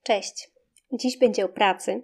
Cześć. Dziś będzie o pracy.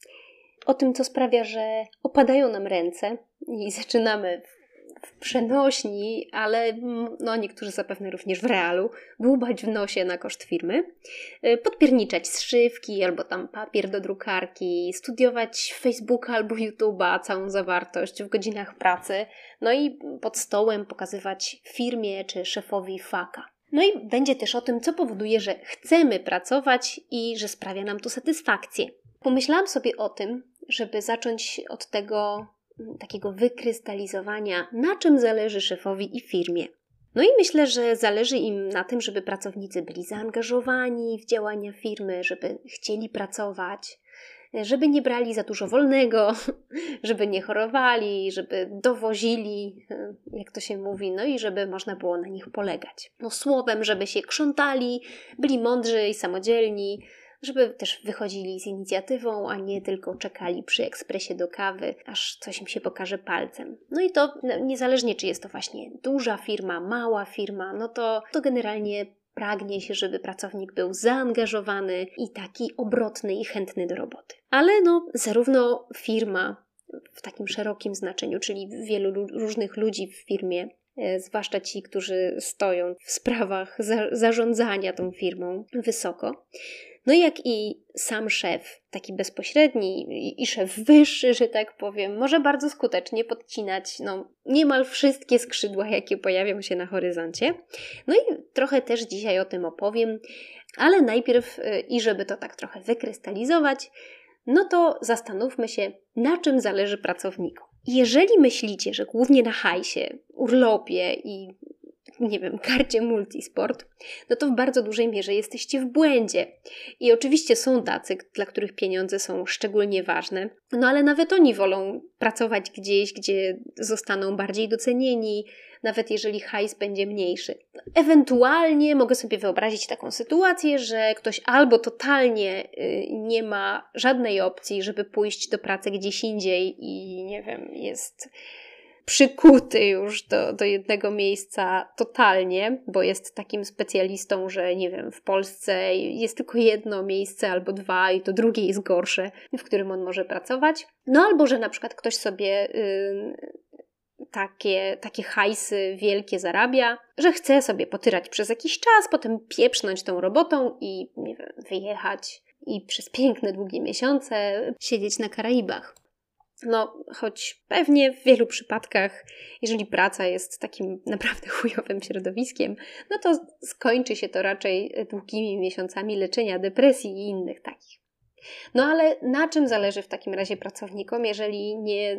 O tym, co sprawia, że opadają nam ręce i zaczynamy w przenośni, ale niektórzy zapewne również w realu, dłubać w nosie na koszt firmy, podpierniczać zszywki albo tam papier do drukarki, studiować Facebooka albo YouTube'a, całą zawartość w godzinach pracy, no i pod stołem pokazywać firmie czy szefowi faka. No i będzie też o tym, co powoduje, że chcemy pracować i że sprawia nam to satysfakcję. Pomyślałam sobie o tym, żeby zacząć od tego takiego wykrystalizowania, na czym zależy szefowi i firmie. No i myślę, że zależy im na tym, żeby pracownicy byli zaangażowani w działania firmy, żeby chcieli pracować, żeby nie brali za dużo wolnego, żeby nie chorowali, żeby dowozili, jak to się mówi, no i żeby można było na nich polegać. No słowem, żeby się krzątali, byli mądrzy i samodzielni, żeby też wychodzili z inicjatywą, a nie tylko czekali przy ekspresie do kawy, aż coś im się pokaże palcem. No i to niezależnie, czy jest to właśnie duża firma, mała firma, no to generalnie pragnie się, żeby pracownik był zaangażowany i taki obrotny i chętny do roboty. Ale zarówno firma w takim szerokim znaczeniu, czyli wielu różnych ludzi w firmie, zwłaszcza ci, którzy stoją w sprawach zarządzania tą firmą wysoko, no jak i sam szef, taki bezpośredni i szef wyższy, że tak powiem, może bardzo skutecznie podcinać niemal wszystkie skrzydła, jakie pojawią się na horyzoncie. No i trochę też dzisiaj o tym opowiem, ale najpierw, i żeby to tak trochę wykrystalizować, no to zastanówmy się, na czym zależy pracownikom. Jeżeli myślicie, że głównie na hajsie, urlopie i karcie multisport, no to w bardzo dużej mierze jesteście w błędzie. I oczywiście są tacy, dla których pieniądze są szczególnie ważne, no ale nawet oni wolą pracować gdzieś, gdzie zostaną bardziej docenieni, nawet jeżeli hajs będzie mniejszy. Ewentualnie mogę sobie wyobrazić taką sytuację, że ktoś albo totalnie nie ma żadnej opcji, żeby pójść do pracy gdzieś indziej i jest przykuty już do jednego miejsca totalnie, bo jest takim specjalistą, że w Polsce jest tylko jedno miejsce albo dwa i to drugie jest gorsze, w którym on może pracować. No albo, że na przykład ktoś sobie takie hajsy wielkie zarabia, że chce sobie potyrać przez jakiś czas, potem pieprznąć tą robotą i wyjechać i przez piękne, długie miesiące siedzieć na Karaibach. Choć pewnie w wielu przypadkach, jeżeli praca jest takim naprawdę chujowym środowiskiem, no to skończy się to raczej długimi miesiącami leczenia depresji i innych takich. No ale na czym zależy w takim razie pracownikom, jeżeli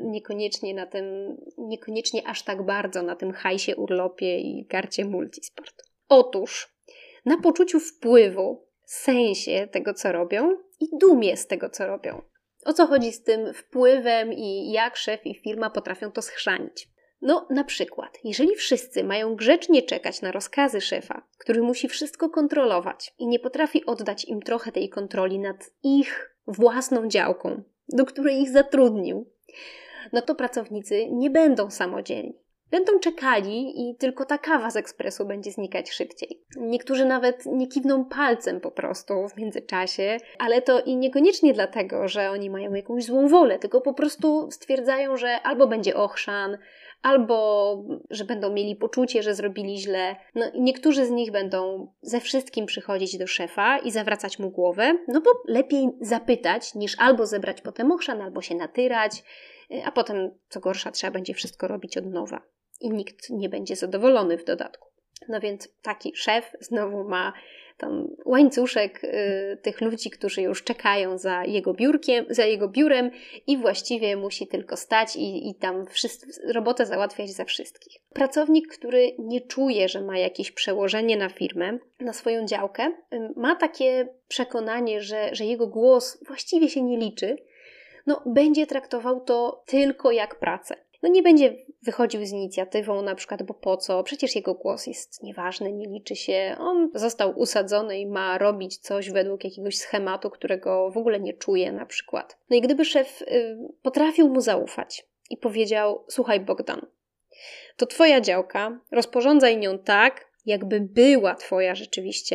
niekoniecznie aż tak bardzo na tym hajsie, urlopie i karcie multisport? Otóż na poczuciu wpływu, sensie tego, co robią i dumie z tego, co robią. O co chodzi z tym wpływem i jak szef i firma potrafią to schrzanić? Na przykład, jeżeli wszyscy mają grzecznie czekać na rozkazy szefa, który musi wszystko kontrolować i nie potrafi oddać im trochę tej kontroli nad ich własną działką, do której ich zatrudnił, no to pracownicy nie będą samodzielni. Będą czekali i tylko ta kawa z ekspresu będzie znikać szybciej. Niektórzy nawet nie kiwną palcem po prostu w międzyczasie, ale to i niekoniecznie dlatego, że oni mają jakąś złą wolę, tylko po prostu stwierdzają, że albo będzie ochrzan, albo że będą mieli poczucie, że zrobili źle. I niektórzy z nich będą ze wszystkim przychodzić do szefa i zawracać mu głowę, bo lepiej zapytać, niż albo zebrać potem ochrzan, albo się natyrać, a potem, co gorsza, trzeba będzie wszystko robić od nowa. I nikt nie będzie zadowolony w dodatku. Więc taki szef znowu ma tam łańcuszek tych ludzi, którzy już czekają za jego biurem i właściwie musi tylko stać i tam robotę załatwiać za wszystkich. Pracownik, który nie czuje, że ma jakieś przełożenie na firmę, na swoją działkę, ma takie przekonanie, że jego głos właściwie się nie liczy, będzie traktował to tylko jak pracę. Nie będzie wychodził z inicjatywą na przykład, bo po co? Przecież jego głos jest nieważny, nie liczy się. On został usadzony i ma robić coś według jakiegoś schematu, którego w ogóle nie czuje na przykład. I gdyby szef potrafił mu zaufać i powiedział: słuchaj Bogdan, to twoja działka, rozporządzaj nią tak, jakby była twoja rzeczywiście,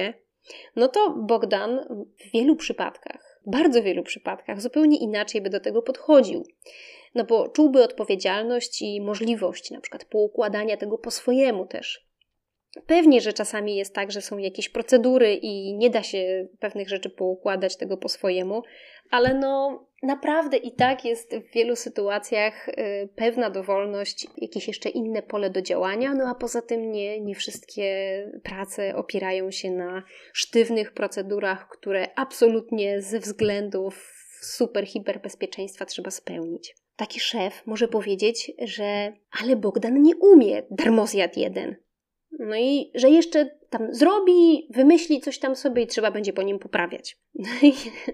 no to Bogdan w wielu przypadkach, bardzo wielu przypadkach zupełnie inaczej by do tego podchodził. No bo czułby odpowiedzialność i możliwość na przykład poukładania tego po swojemu też. Pewnie, że czasami jest tak, że są jakieś procedury i nie da się pewnych rzeczy poukładać tego po swojemu, ale no naprawdę i tak jest w wielu sytuacjach pewna dowolność, jakieś jeszcze inne pole do działania, no a poza tym nie wszystkie prace opierają się na sztywnych procedurach, które absolutnie ze względów super, hiperbezpieczeństwa trzeba spełnić. Taki szef może powiedzieć, że ale Bogdan nie umie, darmozjad jeden. No i że jeszcze tam zrobi, wymyśli coś tam sobie i trzeba będzie po nim poprawiać. No i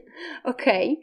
okej.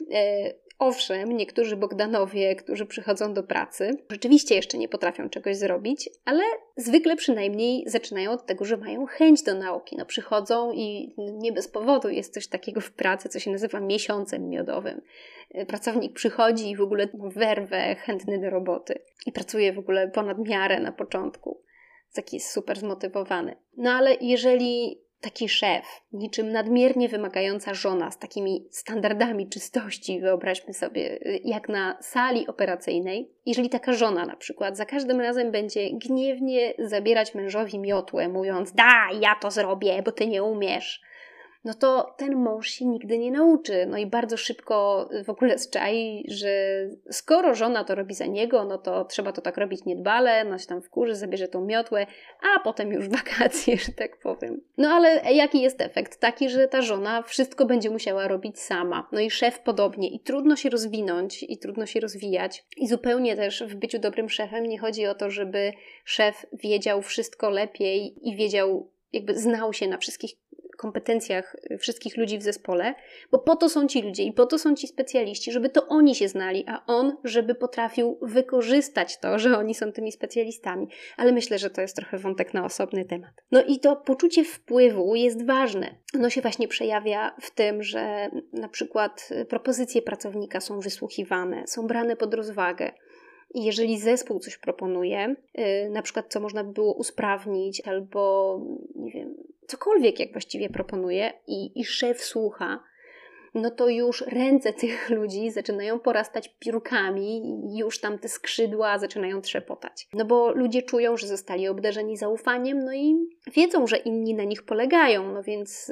Owszem, niektórzy Bogdanowie, którzy przychodzą do pracy, rzeczywiście jeszcze nie potrafią czegoś zrobić, ale zwykle przynajmniej zaczynają od tego, że mają chęć do nauki. No przychodzą i nie bez powodu jest coś takiego w pracy, co się nazywa miesiącem miodowym. Pracownik przychodzi i w ogóle werwę, chętny do roboty i pracuje w ogóle ponad miarę na początku. Taki jest super zmotywowany. No ale jeżeli taki szef, niczym nadmiernie wymagająca żona z takimi standardami czystości, wyobraźmy sobie, jak na sali operacyjnej, jeżeli taka żona na przykład za każdym razem będzie gniewnie zabierać mężowi miotłę, mówiąc: daj, ja to zrobię, bo ty nie umiesz, no to ten mąż się nigdy nie nauczy. No i bardzo szybko w ogóle zczai, że skoro żona to robi za niego, no to trzeba to tak robić niedbale, no się tam wkurzy, zabierze tą miotłę, a potem już wakacje, że tak powiem. No ale jaki jest efekt? Taki, że ta żona wszystko będzie musiała robić sama. No i szef podobnie. I trudno się rozwinąć, i trudno się rozwijać. I zupełnie też w byciu dobrym szefem nie chodzi o to, żeby szef wiedział wszystko lepiej i wiedział, jakby znał się na wszystkich kompetencjach wszystkich ludzi w zespole, bo po to są ci ludzie i po to są ci specjaliści, żeby to oni się znali, a on, żeby potrafił wykorzystać to, że oni są tymi specjalistami. Ale myślę, że to jest trochę wątek na osobny temat. No i to poczucie wpływu jest ważne. Ono się właśnie przejawia w tym, że na przykład propozycje pracownika są wysłuchiwane, są brane pod rozwagę. I jeżeli zespół coś proponuje, na przykład co można by było usprawnić albo, nie wiem, cokolwiek jak właściwie proponuje i szef słucha, no to już ręce tych ludzi zaczynają porastać piórkami i już tam te skrzydła zaczynają trzepotać. No bo ludzie czują, że zostali obdarzeni zaufaniem, no i wiedzą, że inni na nich polegają, no więc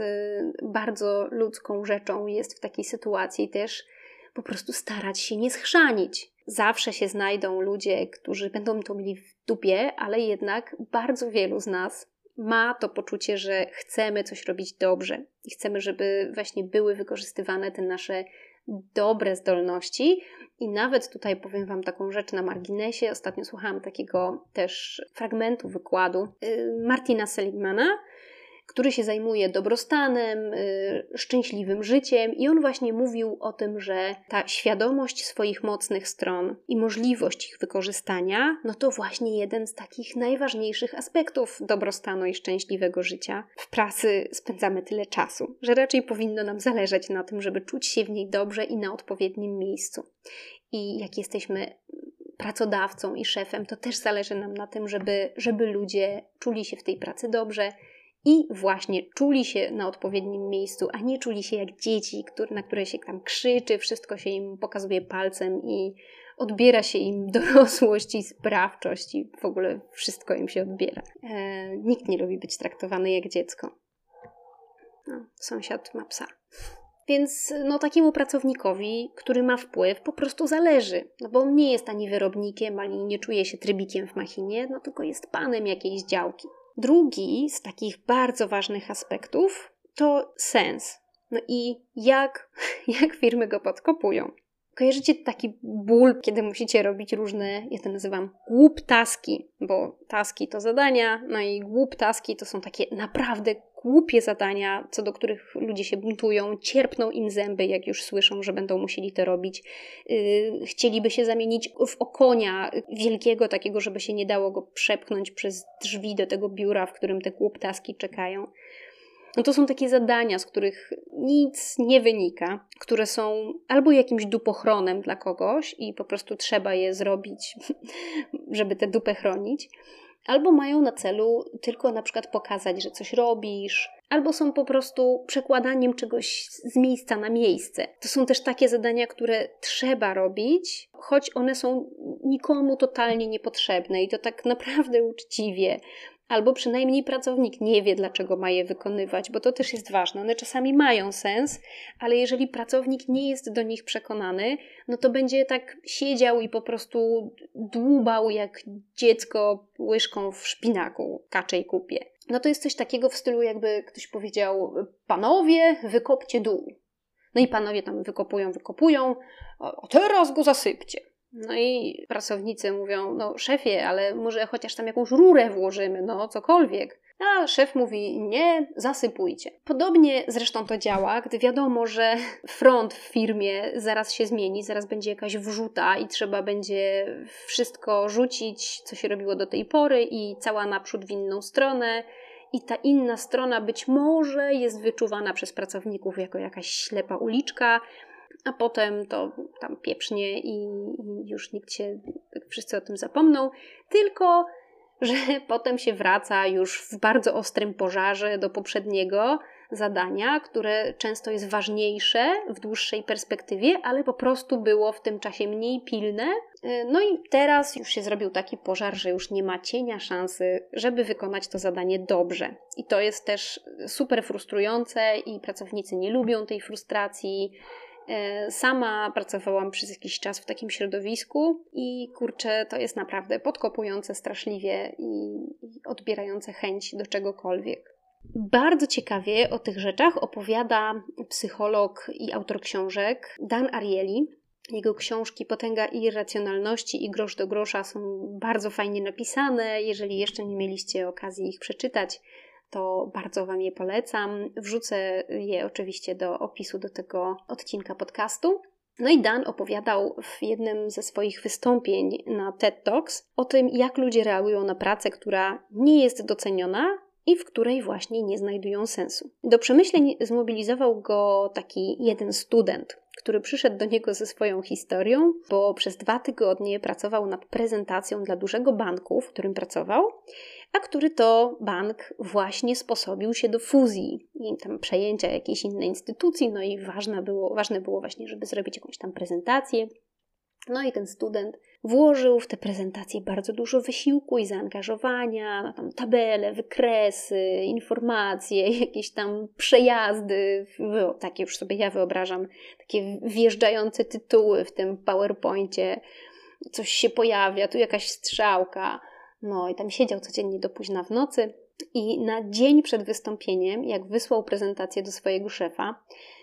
bardzo ludzką rzeczą jest w takiej sytuacji też po prostu starać się nie schrzanić. Zawsze się znajdą ludzie, którzy będą to mieli w dupie, ale jednak bardzo wielu z nas ma to poczucie, że chcemy coś robić dobrze i chcemy, żeby właśnie były wykorzystywane te nasze dobre zdolności. I nawet tutaj powiem Wam taką rzecz na marginesie. Ostatnio słuchałam takiego też fragmentu wykładu Martina Seligmana, który się zajmuje dobrostanem, szczęśliwym życiem i on właśnie mówił o tym, że ta świadomość swoich mocnych stron i możliwość ich wykorzystania, no to właśnie jeden z takich najważniejszych aspektów dobrostanu i szczęśliwego życia. W pracy spędzamy tyle czasu, że raczej powinno nam zależeć na tym, żeby czuć się w niej dobrze i na odpowiednim miejscu. I jak jesteśmy pracodawcą i szefem, to też zależy nam na tym, żeby ludzie czuli się w tej pracy dobrze, i właśnie czuli się na odpowiednim miejscu, a nie czuli się jak dzieci, na które się tam krzyczy, wszystko się im pokazuje palcem i odbiera się im dorosłość i sprawczość i w ogóle wszystko im się odbiera. Nikt nie lubi być traktowany jak dziecko. No, sąsiad ma psa. Więc takiemu pracownikowi, który ma wpływ, po prostu zależy. No bo on nie jest ani wyrobnikiem, ani nie czuje się trybikiem w machinie, no tylko jest panem jakiejś działki. Drugi z takich bardzo ważnych aspektów to sens. No i jak firmy go podkopują. Kojarzycie taki ból, kiedy musicie robić różne, ja to nazywam głup taski, bo taski to zadania, no i głup taski to są takie naprawdę głupie zadania, co do których ludzie się buntują, cierpną im zęby, jak już słyszą, że będą musieli to robić. Chcieliby się zamienić w okonia wielkiego, takiego, żeby się nie dało go przepchnąć przez drzwi do tego biura, w którym te głuptaski czekają. No to są takie zadania, z których nic nie wynika, które są albo jakimś dupochronem dla kogoś i po prostu trzeba je zrobić, żeby tę dupę chronić, albo mają na celu tylko na przykład pokazać, że coś robisz, albo są po prostu przekładaniem czegoś z miejsca na miejsce. To są też takie zadania, które trzeba robić, choć one są nikomu totalnie niepotrzebne i to tak naprawdę uczciwie. Albo przynajmniej pracownik nie wie, dlaczego ma je wykonywać, bo to też jest ważne. One czasami mają sens, ale jeżeli pracownik nie jest do nich przekonany, no to będzie tak siedział i po prostu dłubał jak dziecko łyżką w szpinaku kaczej kupie. No to jest coś takiego w stylu, jakby ktoś powiedział: panowie, wykopcie dół. No i panowie tam wykopują, a teraz go zasypcie. No i pracownicy mówią: no szefie, ale może chociaż tam jakąś rurę włożymy, no cokolwiek. A szef mówi: nie, zasypujcie. Podobnie zresztą to działa, gdy wiadomo, że front w firmie zaraz się zmieni, zaraz będzie jakaś wrzuta i trzeba będzie wszystko rzucić, co się robiło do tej pory i cała naprzód w inną stronę. I ta inna strona być może jest wyczuwana przez pracowników jako jakaś ślepa uliczka, a potem to tam pieprznie i już wszyscy o tym zapomną, tylko że potem się wraca już w bardzo ostrym pożarze do poprzedniego zadania, które często jest ważniejsze w dłuższej perspektywie, ale po prostu było w tym czasie mniej pilne. No i teraz już się zrobił taki pożar, że już nie ma cienia szansy, żeby wykonać to zadanie dobrze. I to jest też super frustrujące i pracownicy nie lubią tej frustracji. Sama pracowałam przez jakiś czas w takim środowisku i kurczę, to jest naprawdę podkopujące straszliwie i odbierające chęć do czegokolwiek. Bardzo ciekawie o tych rzeczach opowiada psycholog i autor książek Dan Ariely. Jego książki Potęga irracjonalności i Grosz do grosza są bardzo fajnie napisane. Jeżeli jeszcze nie mieliście okazji ich przeczytać, to bardzo Wam je polecam. Wrzucę je oczywiście do opisu do tego odcinka podcastu. No i Dan opowiadał w jednym ze swoich wystąpień na TED Talks o tym, jak ludzie reagują na pracę, która nie jest doceniona i w której właśnie nie znajdują sensu. Do przemyśleń zmobilizował go taki jeden student, który przyszedł do niego ze swoją historią, bo przez 2 tygodnie pracował nad prezentacją dla dużego banku, w którym pracował, a który to bank właśnie sposobił się do fuzji i tam przejęcia jakiejś innej instytucji, no i ważne było właśnie, żeby zrobić jakąś tam prezentację. No i ten student włożył w tę prezentację bardzo dużo wysiłku i zaangażowania, no tam tabele, wykresy, informacje, jakieś tam przejazdy, takie już sobie ja wyobrażam, takie wjeżdżające tytuły w tym PowerPoincie, coś się pojawia, tu jakaś strzałka, no i tam siedział codziennie do późna w nocy i na dzień przed wystąpieniem, jak wysłał prezentację do swojego szefa,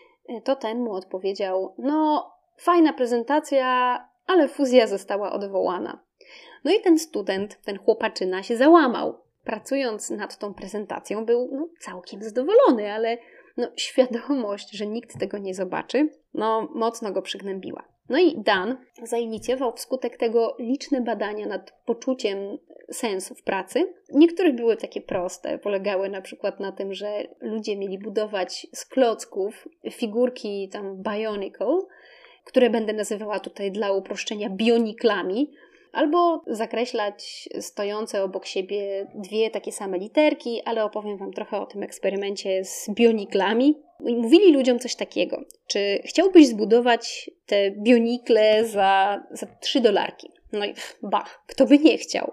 to ten mu odpowiedział: no fajna prezentacja, ale fuzja została odwołana. No i ten student, ten chłopaczyna się załamał. Pracując nad tą prezentacją był całkiem zadowolony, ale świadomość, że nikt tego nie zobaczy, mocno go przygnębiła. No i Dan zainicjował wskutek tego liczne badania nad poczuciem sensu w pracy. Niektóre były takie proste, polegały na przykład na tym, że ludzie mieli budować z klocków figurki tam bionicle, które będę nazywała tutaj dla uproszczenia bioniklami, albo zakreślać stojące obok siebie 2 takie same literki, ale opowiem Wam trochę o tym eksperymencie z bioniklami. I mówili ludziom coś takiego: czy chciałbyś zbudować te bionikle za $3? No i kto by nie chciał.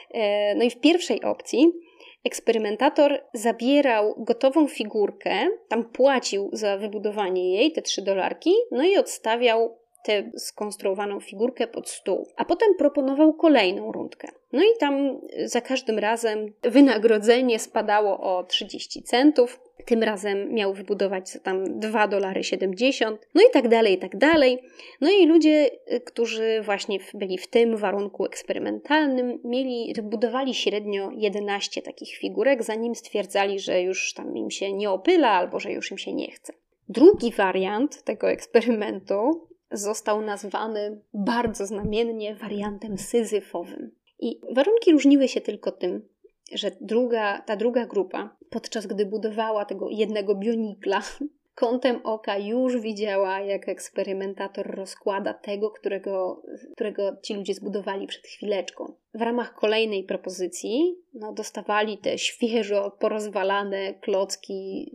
No i w pierwszej opcji eksperymentator zabierał gotową figurkę, tam płacił za wybudowanie jej, te $3, no i odstawiał tę skonstruowaną figurkę pod stół. A potem proponował kolejną rundkę. No i tam za każdym razem wynagrodzenie spadało o 30 centów. Tym razem miał wybudować za tam $2,70, no i tak dalej, i tak dalej. No i ludzie, którzy właśnie byli w tym warunku eksperymentalnym, budowali średnio 11 takich figurek, zanim stwierdzali, że już tam im się nie opyla albo że już im się nie chce. Drugi wariant tego eksperymentu został nazwany bardzo znamiennie wariantem syzyfowym. I warunki różniły się tylko tym, że ta druga grupa, podczas gdy budowała tego jednego bionikla, kątem oka już widziała, jak eksperymentator rozkłada tego, którego ci ludzie zbudowali przed chwileczką. w ramach kolejnej propozycji dostawali te świeżo porozwalane klocki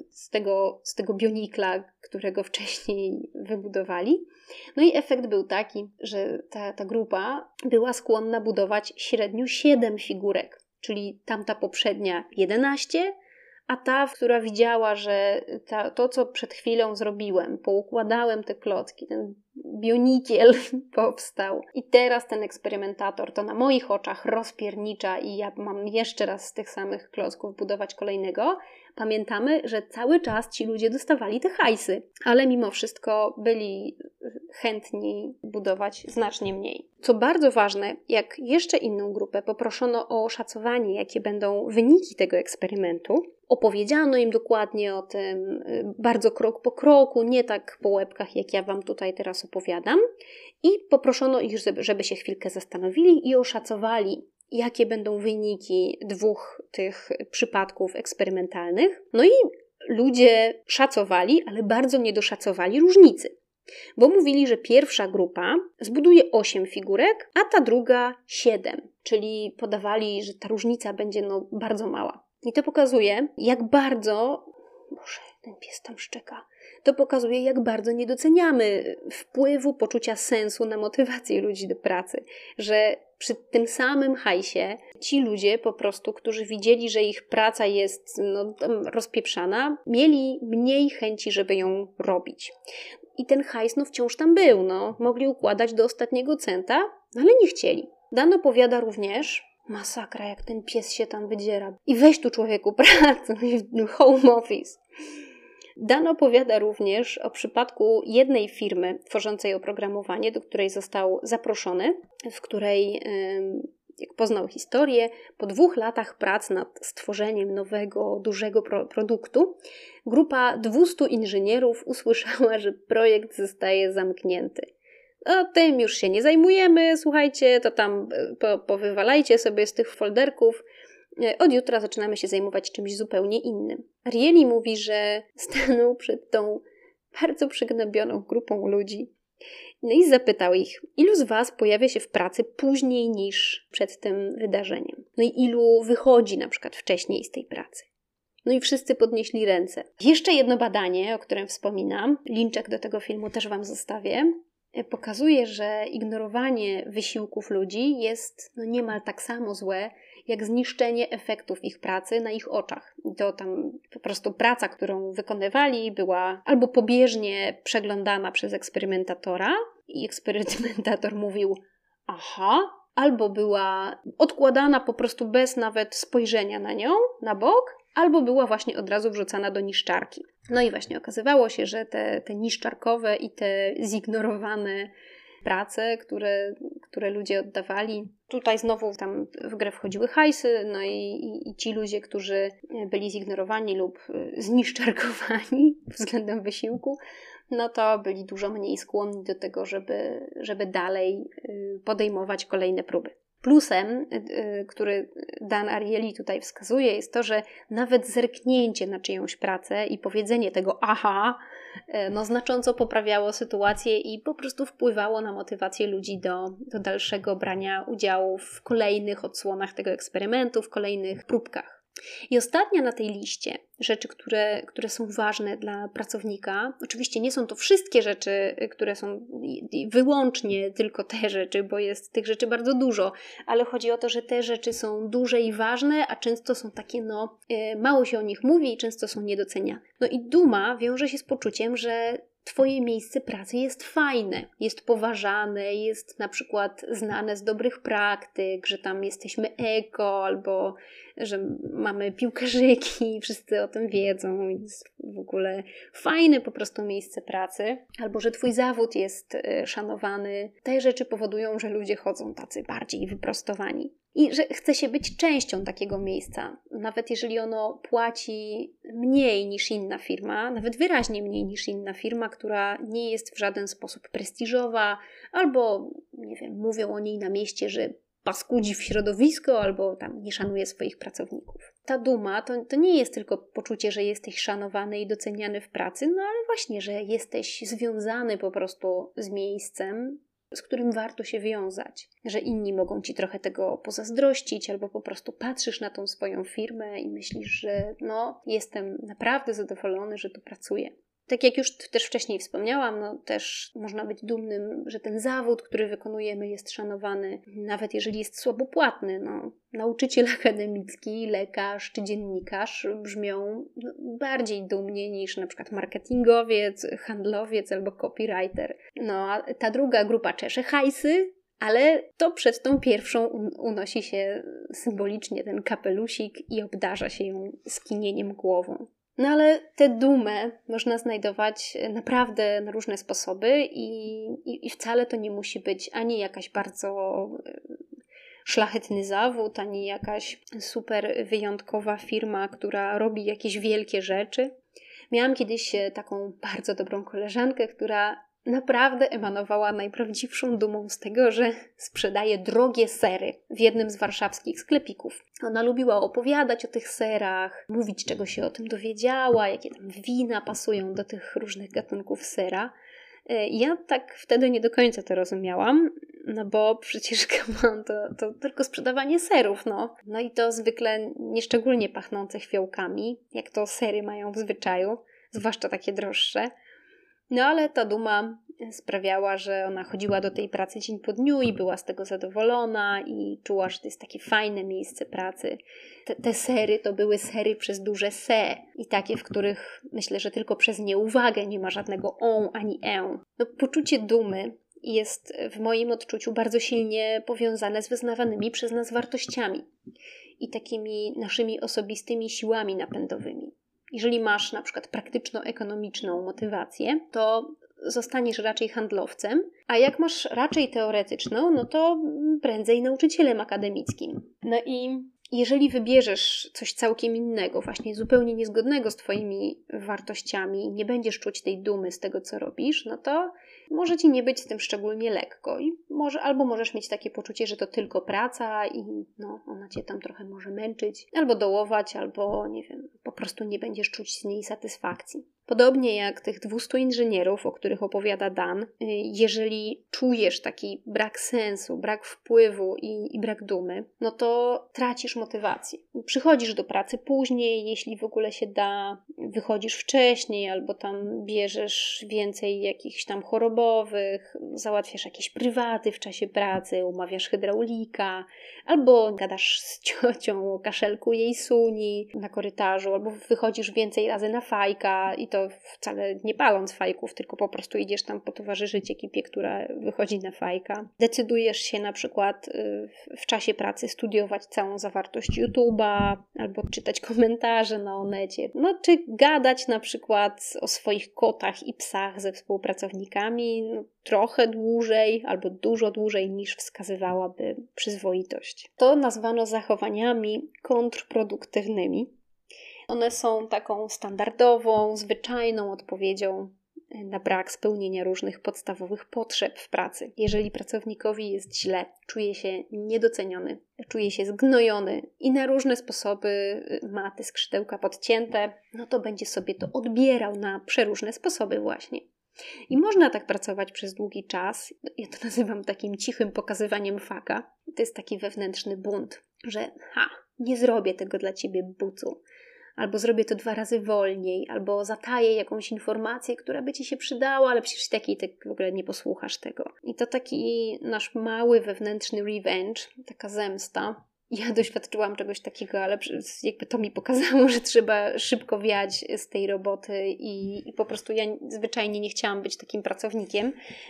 z tego bionikla, którego wcześniej wybudowali. No i efekt był taki, że ta grupa była skłonna budować średnio 7 figurek, czyli tamta poprzednia 11, a ta, która widziała, że to, co przed chwilą zrobiłem, poukładałem te klocki, ten bionikiel powstał i teraz ten eksperymentator to na moich oczach rozpiernicza i ja mam jeszcze raz z tych samych klocków budować kolejnego. Pamiętamy, że cały czas ci ludzie dostawali te hajsy, ale mimo wszystko byli chętni budować znacznie mniej. Co bardzo ważne, jak jeszcze inną grupę poproszono o oszacowanie, jakie będą wyniki tego eksperymentu, opowiedziano im dokładnie o tym, bardzo krok po kroku, nie tak po łebkach, jak ja Wam tutaj teraz opowiadam, i poproszono ich, żeby się chwilkę zastanowili i oszacowali, jakie będą wyniki 2 tych przypadków eksperymentalnych. No i ludzie szacowali, ale bardzo nie doszacowali różnicy. Bo mówili, że pierwsza grupa zbuduje 8 figurek, a ta druga 7. Czyli podawali, że ta różnica będzie bardzo mała. I to pokazuje, jak bardzo... Boże, ten pies tam szczeka. To pokazuje, jak bardzo nie doceniamy wpływu poczucia sensu na motywację ludzi do pracy. Że przy tym samym hajsie ci ludzie po prostu, którzy widzieli, że ich praca jest rozpieprzana, mieli mniej chęci, żeby ją robić. I ten hajs wciąż tam był. Mogli układać do ostatniego centa, ale nie chcieli. Dan opowiada również... Masakra, jak ten pies się tam wydziera. I weź tu, człowieku, pracę, home office. Dan opowiada również o przypadku jednej firmy tworzącej oprogramowanie, do której został zaproszony, w której, jak poznał historię, po 2 latach prac nad stworzeniem nowego, dużego produktu, grupa 200 inżynierów usłyszała, że projekt zostaje zamknięty. Tym już się nie zajmujemy, słuchajcie, to tam powywalajcie sobie z tych folderków. Od jutra zaczynamy się zajmować czymś zupełnie innym. Arieli mówi, że stanął przed tą bardzo przygnębioną grupą ludzi. No i zapytał ich, ilu z Was pojawia się w pracy później niż przed tym wydarzeniem? No i ilu wychodzi na przykład wcześniej z tej pracy? No i wszyscy podnieśli ręce. Jeszcze jedno badanie, o którym wspominam, linczek do tego filmu też Wam zostawię, pokazuje, że ignorowanie wysiłków ludzi jest niemal tak samo złe, jak zniszczenie efektów ich pracy na ich oczach. To tam po prostu praca, którą wykonywali, była albo pobieżnie przeglądana przez eksperymentatora i eksperymentator mówił aha, albo była odkładana po prostu bez nawet spojrzenia na nią, na bok, albo była właśnie od razu wrzucana do niszczarki. No i właśnie okazywało się, że te niszczarkowe i te zignorowane prace, które ludzie oddawali. Tutaj znowu tam w grę wchodziły hajsy, no i ci ludzie, którzy byli zignorowani lub zniszczarkowani względem wysiłku, no to byli dużo mniej skłonni do tego, żeby dalej podejmować kolejne próby. Plusem, który Dan Ariely tutaj wskazuje, jest to, że nawet zerknięcie na czyjąś pracę i powiedzenie tego aha, znacząco poprawiało sytuację i po prostu wpływało na motywację ludzi do dalszego brania udziału w kolejnych odsłonach tego eksperymentu, w kolejnych próbkach. I ostatnia na tej liście rzeczy, które są ważne dla pracownika, oczywiście nie są to wszystkie rzeczy, które są wyłącznie tylko te rzeczy, bo jest tych rzeczy bardzo dużo, ale chodzi o to, że te rzeczy są duże i ważne, a często są takie, mało się o nich mówi i często są niedoceniane. No i duma wiąże się z poczuciem, że Twoje miejsce pracy jest fajne, jest poważane, jest na przykład znane z dobrych praktyk, że tam jesteśmy eko albo że mamy piłkarzyki, wszyscy o tym wiedzą, jest w ogóle fajne po prostu miejsce pracy, albo że Twój zawód jest szanowany. Te rzeczy powodują, że ludzie chodzą tacy bardziej wyprostowani. I że chce się być częścią takiego miejsca, nawet jeżeli ono płaci mniej niż inna firma, nawet wyraźnie mniej niż inna firma, która nie jest w żaden sposób prestiżowa, albo, nie wiem, mówią o niej na mieście, że paskudzi w środowisko, albo tam nie szanuje swoich pracowników. Ta duma to nie jest tylko poczucie, że jesteś szanowany i doceniany w pracy, ale właśnie, że jesteś związany po prostu z miejscem, z którym warto się wiązać. Że inni mogą ci trochę tego pozazdrościć, albo po prostu patrzysz na tą swoją firmę i myślisz, że jestem naprawdę zadowolony, że tu pracuję. Tak jak już też wcześniej wspomniałam, też można być dumnym, że ten zawód, który wykonujemy, jest szanowany, nawet jeżeli jest słabo płatny. Nauczyciel akademicki, lekarz czy dziennikarz brzmią bardziej dumnie niż na przykład marketingowiec, handlowiec albo copywriter. A ta druga grupa czesze hajsy, ale to przed tą pierwszą unosi się symbolicznie ten kapelusik i obdarza się ją skinieniem głową. Ale tę dumę można znajdować naprawdę na różne sposoby i wcale to nie musi być ani jakaś bardzo szlachetny zawód, ani jakaś super wyjątkowa firma, która robi jakieś wielkie rzeczy. Miałam kiedyś taką bardzo dobrą koleżankę, która naprawdę emanowała najprawdziwszą dumą z tego, że sprzedaje drogie sery w jednym z warszawskich sklepików. Ona lubiła opowiadać o tych serach, mówić, czego się o tym dowiedziała, jakie tam wina pasują do tych różnych gatunków sera. Ja tak wtedy nie do końca to rozumiałam, bo przecież to tylko sprzedawanie serów, No i to zwykle nieszczególnie pachnące fiołkami, jak to sery mają w zwyczaju, zwłaszcza takie droższe. Ale ta duma sprawiała, że ona chodziła do tej pracy dzień po dniu i była z tego zadowolona i czuła, że to jest takie fajne miejsce pracy. Te sery to były sery przez duże se i takie, w których myślę, że tylko przez nieuwagę nie ma żadnego on ani e. Poczucie dumy jest w moim odczuciu bardzo silnie powiązane z wyznawanymi przez nas wartościami i takimi naszymi osobistymi siłami napędowymi. Jeżeli masz na przykład praktyczno-ekonomiczną motywację, to zostaniesz raczej handlowcem, a jak masz raczej teoretyczną, to prędzej nauczycielem akademickim. I jeżeli wybierzesz coś całkiem innego, właśnie zupełnie niezgodnego z twoimi wartościami i nie będziesz czuć tej dumy z tego, co robisz, to może ci nie być z tym szczególnie lekko i albo możesz mieć takie poczucie, że to tylko praca i ona cię tam trochę może męczyć, albo dołować, albo nie wiem, po prostu nie będziesz czuć z niej satysfakcji. Podobnie jak tych 200 inżynierów, o których opowiada Dan, jeżeli czujesz taki brak sensu, brak wpływu i brak dumy, to tracisz motywację. Przychodzisz do pracy później, jeśli w ogóle się da, wychodzisz wcześniej albo tam bierzesz więcej jakichś tam chorobowych, załatwiasz jakieś prywaty w czasie pracy, umawiasz hydraulika, albo gadasz z ciocią o kaszelku jej suni na korytarzu, albo wychodzisz więcej razy na fajka i to wcale nie paląc fajków, tylko po prostu idziesz tam potowarzyszyć ekipie, która wychodzi na fajka. Decydujesz się na przykład w czasie pracy studiować całą zawartość YouTube'a, albo czytać komentarze na Onecie, czy gadać na przykład o swoich kotach i psach ze współpracownikami trochę dłużej albo dużo dłużej niż wskazywałaby przyzwoitość. To nazwano zachowaniami kontrproduktywnymi. One są taką standardową, zwyczajną odpowiedzią na brak spełnienia różnych podstawowych potrzeb w pracy. Jeżeli pracownikowi jest źle, czuje się niedoceniony, czuje się zgnojony i na różne sposoby ma te skrzydełka podcięte, to będzie sobie to odbierał na przeróżne sposoby właśnie. I można tak pracować przez długi czas. Ja to nazywam takim cichym pokazywaniem faka. To jest taki wewnętrzny bunt, że nie zrobię tego dla ciebie, bucu. Albo zrobię to 2 razy wolniej, albo zataję jakąś informację, która by ci się przydała, ale przecież tak w ogóle nie posłuchasz tego. I to taki nasz mały wewnętrzny revenge, taka zemsta. Ja doświadczyłam czegoś takiego, ale jakby to mi pokazało, że trzeba szybko wiać z tej roboty i po prostu ja zwyczajnie nie chciałam być takim pracownikiem,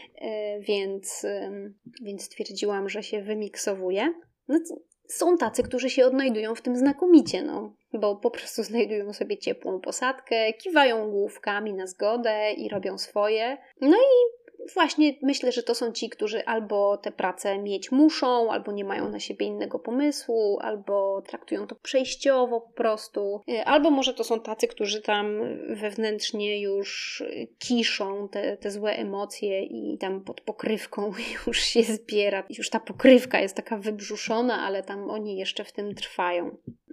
więc stwierdziłam, że się wymiksowuję. Są tacy, którzy się odnajdują w tym znakomicie, bo po prostu znajdują sobie ciepłą posadkę, kiwają główkami na zgodę i robią swoje. I właśnie myślę, że to są ci, którzy albo tę pracę mieć muszą, albo nie mają na siebie innego pomysłu, albo traktują to przejściowo po prostu, albo może to są tacy, którzy tam wewnętrznie już kiszą te złe emocje i tam pod pokrywką już się zbiera. Już ta pokrywka jest taka wybrzuszona, ale tam oni jeszcze w tym trwają.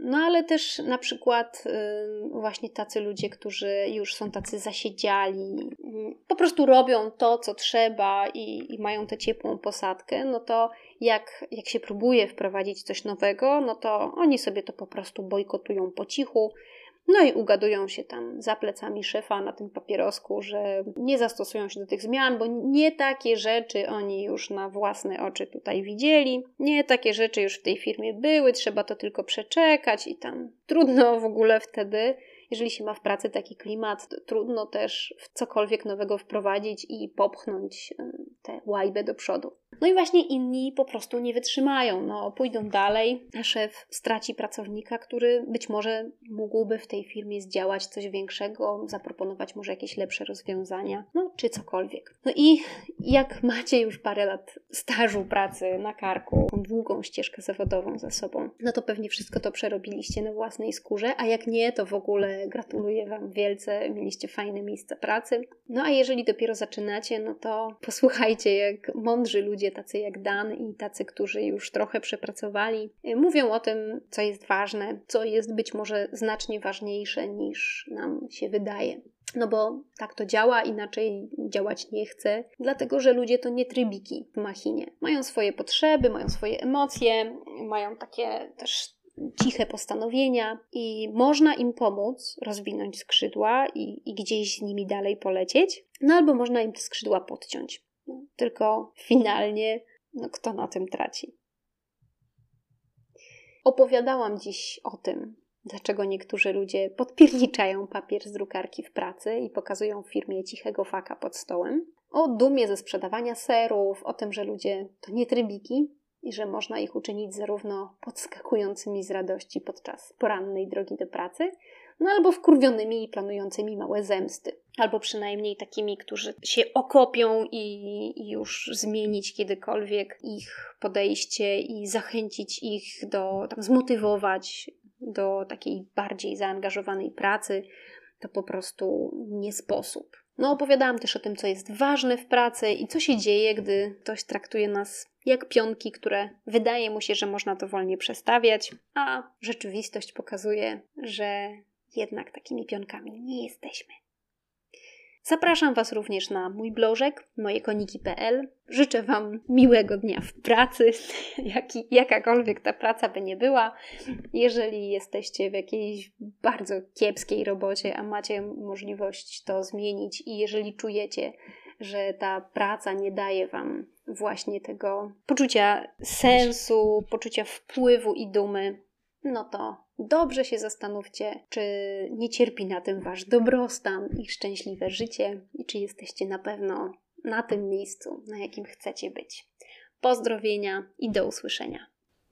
No ale też na przykład właśnie tacy ludzie, którzy już są tacy zasiedziali, po prostu robią to, co trzeba i mają tę ciepłą posadkę, no to jak się próbuje wprowadzić coś nowego, no to oni sobie to po prostu bojkotują po cichu. No i ugadują się tam za plecami szefa na tym papierosku, że nie zastosują się do tych zmian, bo nie takie rzeczy oni już na własne oczy tutaj widzieli, nie takie rzeczy już w tej firmie były, trzeba to tylko przeczekać i tam trudno w ogóle wtedy, jeżeli się ma w pracy taki klimat, to trudno też w cokolwiek nowego wprowadzić i popchnąć tę łajbę do przodu. No i właśnie inni po prostu nie wytrzymają, no pójdą dalej, a szef straci pracownika, który być może mógłby w tej firmie zdziałać coś większego, zaproponować może jakieś lepsze rozwiązania, no czy cokolwiek. No i jak macie już parę lat stażu pracy na karku, długą ścieżkę zawodową za sobą, no to pewnie wszystko to przerobiliście na własnej skórze, a jak nie, to w ogóle gratuluję Wam wielce, mieliście fajne miejsca pracy. No a jeżeli dopiero zaczynacie, no to posłuchajcie, jak mądrzy ludzie, tacy jak Dan i tacy, którzy już trochę przepracowali, mówią o tym, co jest ważne, co jest być może znacznie ważniejsze niż nam się wydaje. No bo tak to działa, inaczej działać nie chce, dlatego że ludzie to nie trybiki w machinie. Mają swoje potrzeby, mają swoje emocje, mają takie też ciche postanowienia i można im pomóc rozwinąć skrzydła i gdzieś z nimi dalej polecieć, no albo można im te skrzydła podciąć. No, tylko finalnie, no kto na tym traci? Opowiadałam dziś o tym, dlaczego niektórzy ludzie podpierniczają papier z drukarki w pracy i pokazują firmie cichego faka pod stołem. O dumie ze sprzedawania serów, o tym, że ludzie to nie trybiki i że można ich uczynić zarówno podskakującymi z radości podczas porannej drogi do pracy, no albo wkurwionymi i planującymi małe zemsty. Albo przynajmniej takimi, którzy się okopią i już zmienić kiedykolwiek ich podejście i zachęcić ich zmotywować do takiej bardziej zaangażowanej pracy, to po prostu nie sposób. No opowiadałam też o tym, co jest ważne w pracy i co się dzieje, gdy ktoś traktuje nas jak pionki, które wydaje mu się, że można dowolnie przestawiać, a rzeczywistość pokazuje, że jednak takimi pionkami nie jesteśmy. Zapraszam Was również na mój blożek mojekoniki.pl. Życzę Wam miłego dnia w pracy, jakakolwiek ta praca by nie była. Jeżeli jesteście w jakiejś bardzo kiepskiej robocie, a macie możliwość to zmienić i jeżeli czujecie, że ta praca nie daje Wam właśnie tego poczucia sensu, poczucia wpływu i dumy, no to dobrze się zastanówcie, czy nie cierpi na tym Wasz dobrostan i szczęśliwe życie i czy jesteście na pewno na tym miejscu, na jakim chcecie być. Pozdrowienia i do usłyszenia.